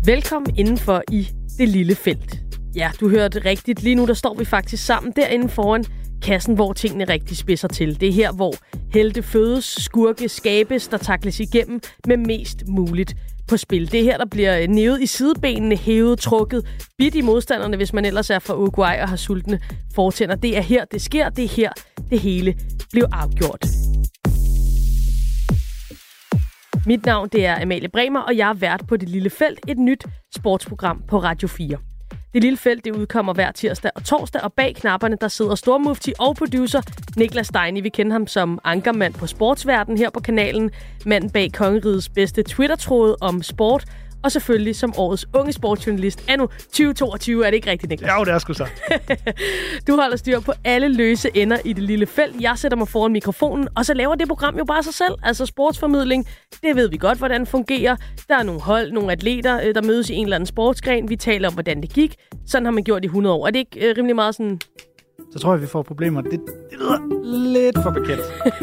Velkommen indenfor i det lille felt. Ja, du hørte rigtigt. Lige nu der står vi faktisk sammen derinde foran kassen, hvor tingene rigtig spidser til. Det er her, hvor helte fødes, skurke skabes, der takles igennem med mest muligt på spil. Det er her, der bliver nævet i sidebenene, hævet, trukket, bidt i modstanderne, hvis man ellers er fra Uruguay og har sultne fortænder. Det er her, det sker. Det er her, det hele bliver afgjort. Mit navn det er Amalie Bremer, og jeg er vært på Det Lille Felt, et nyt sportsprogram på Radio 4. Det Lille Felt det udkommer hver tirsdag og torsdag, og bag knapperne der sidder stormufti og producer Niklas Steini. Vi kender ham som ankermand på Sportsverden her på kanalen, manden bag kongerigets bedste Twitter-tråd om sport, og selvfølgelig som årets unge sportsjournalist anno 2022. Er det ikke rigtigt, Niklas? Ja, det er sgu så. Du holder styr på alle løse ender i Det Lille Felt. Jeg sætter mig foran mikrofonen, og så laver det program jo bare sig selv. Altså sportsformidling, det ved vi godt, hvordan det fungerer. Der er nogle hold, nogle atleter, der mødes i en eller anden sportsgren. Vi taler om, hvordan det gik. Sådan har man gjort i 100 år. Er det ikke rimelig meget sådan... Så tror jeg, vi får problemer. Det lyder lidt for bekendt.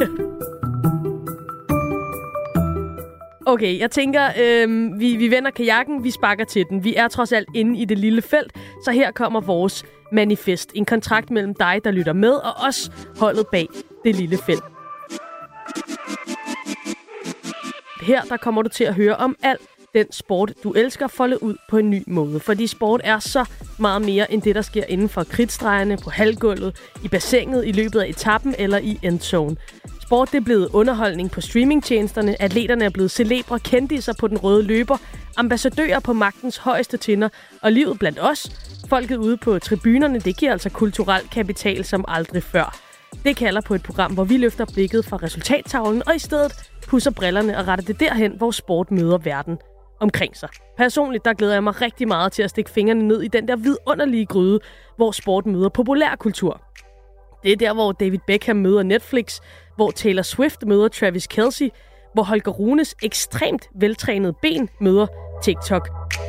Okay, jeg tænker, vi vender kajakken, vi sparker til den. Vi er trods alt inde i Det Lille Felt, så her kommer vores manifest. En kontrakt mellem dig, der lytter med, og os, holdet bag Det Lille Felt. Her der kommer du til at høre om alt den sport, du elsker, foldet ud på en ny måde. Fordi sport er så meget mere end det, der sker inden for kridtstregerne, på halvgulvet, i bassinet, i løbet af etappen eller i endzone. Sport det er blevet underholdning på streamingtjenesterne, atleterne er blevet celebre kendiser på den røde løber, ambassadører på magtens højeste tinder, og livet blandt os, folket ude på tribunerne, det giver altså kulturel kapital som aldrig før. Det kalder på et program, hvor vi løfter blikket fra resultattavlen, og i stedet pusser brillerne og retter det derhen, hvor sport møder verden omkring sig. Personligt, der glæder jeg mig rigtig meget til at stikke fingrene ned i den der vidunderlige gryde, hvor sport møder populærkultur. Det er der, hvor David Beckham møder Netflix, hvor Taylor Swift møder Travis Kelce, hvor Holger Runes ekstremt veltrænede ben møder TikTok.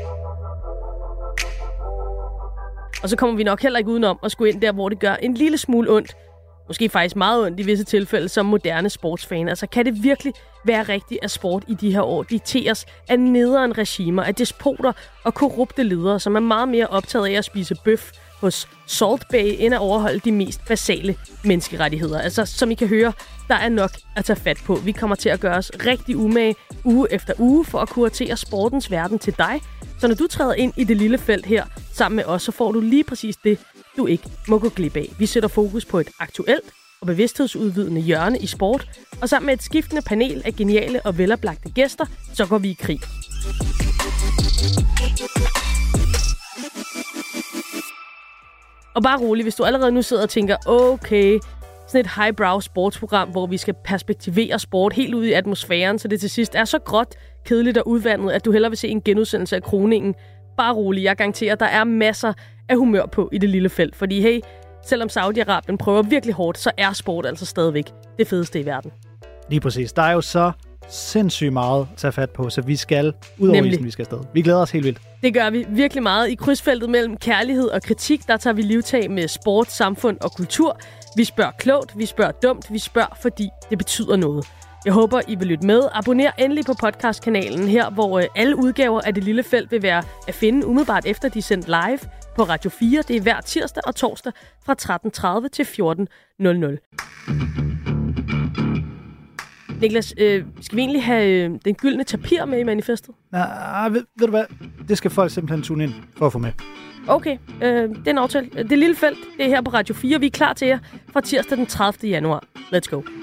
Og så kommer vi nok heller ikke udenom at skulle ind der, hvor det gør en lille smule ondt, måske faktisk meget ondt i visse tilfælde som moderne sportsfan. Altså kan det virkelig være rigtigt, at sport i de her år dikteres af nederen regimer, af despoter og korrupte ledere, som er meget mere optaget af at spise bøf hos Salt Bay, end at overholde de mest basale menneskerettigheder. Altså, som I kan høre, der er nok at tage fat på. Vi kommer til at gøre os rigtig umage uge efter uge for at kuratere sportens verden til dig. Så når du træder ind i Det Lille Felt her sammen med os, så får du lige præcis det, du ikke må gå glip af. Vi sætter fokus på et aktuelt og bevidsthedsudvidende hjørne i sport, og sammen med et skiftende panel af geniale og veloplagte gæster, så går vi i krig. Og bare rolig, hvis du allerede nu sidder og tænker, okay, sådan et highbrow sportsprogram, hvor vi skal perspektivere sport helt ud i atmosfæren, så det til sidst er så gråt, kedeligt og udvandet, at du hellere vil se en genudsendelse af Kroningen. Bare rolig, jeg garanterer, der er masser af humør på i Det Lille Felt. Fordi hey, selvom Saudi-Arabien prøver virkelig hårdt, så er sport altså stadigvæk det fedeste i verden. Lige præcis. Der er jo så sindssygt meget at tage fat på, så vi skal ud over isen, vi skal afsted. Vi glæder os helt vildt. Det gør vi virkelig meget. I krydsfeltet mellem kærlighed og kritik, der tager vi livtag med sport, samfund og kultur. Vi spørger klogt, vi spørger dumt, vi spørger, fordi det betyder noget. Jeg håber, I vil lytte med. Abonner endelig på podcastkanalen her, hvor alle udgaver af Det Lille Felt vil være at finde umiddelbart efter de er sendt live på Radio 4. Det er hver tirsdag og torsdag fra 13.30 til 14.00. Niklas, skal vi egentlig have den gyldne tapir med i manifestet? Nej, ved du hvad? Det skal folk simpelthen tune ind for at få med. Okay, det er en aftale. Det Lille Felt, det er her på Radio 4. Vi er klar til jer fra tirsdag den 30. januar. Let's go.